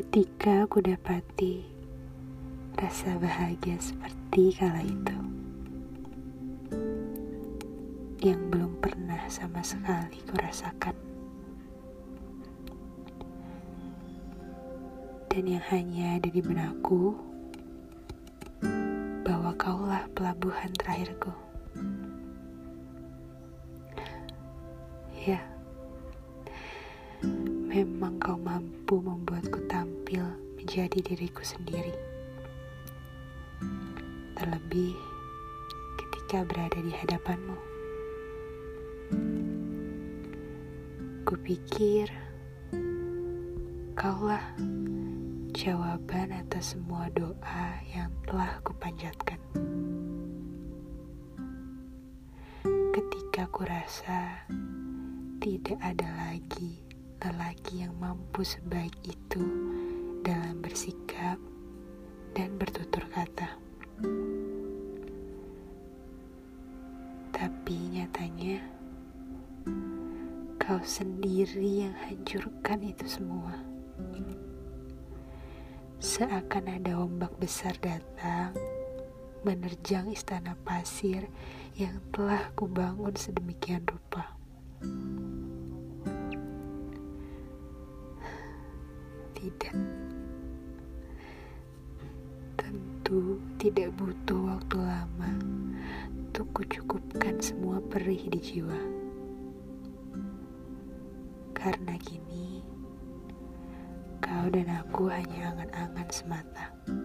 Ketika aku dapati rasa bahagia seperti kala itu, yang belum pernah sama sekali kurasakan, dan yang hanya ada di benakku, bahwa kaulah pelabuhan terakhirku. Ya, memang kau mampu membuatku tampil menjadi diriku sendiri. Terlebih ketika berada di hadapanmu. Kupikir kaulah jawaban atas semua doa yang telah kupanjatkan. Ketika kurasa tidak ada lagi lelaki yang mampu sebaik itu dalam bersikap dan bertutur kata. Tapi nyatanya, kau sendiri yang hancurkan itu semua. Seakan ada ombak besar datang, menerjang istana pasir yang telah kubangun sedemikian rupa. Tidak, tentu tidak butuh waktu lama untuk kucukupkan semua perih di jiwa. Karena kini, kau dan aku hanya angan-angan semata.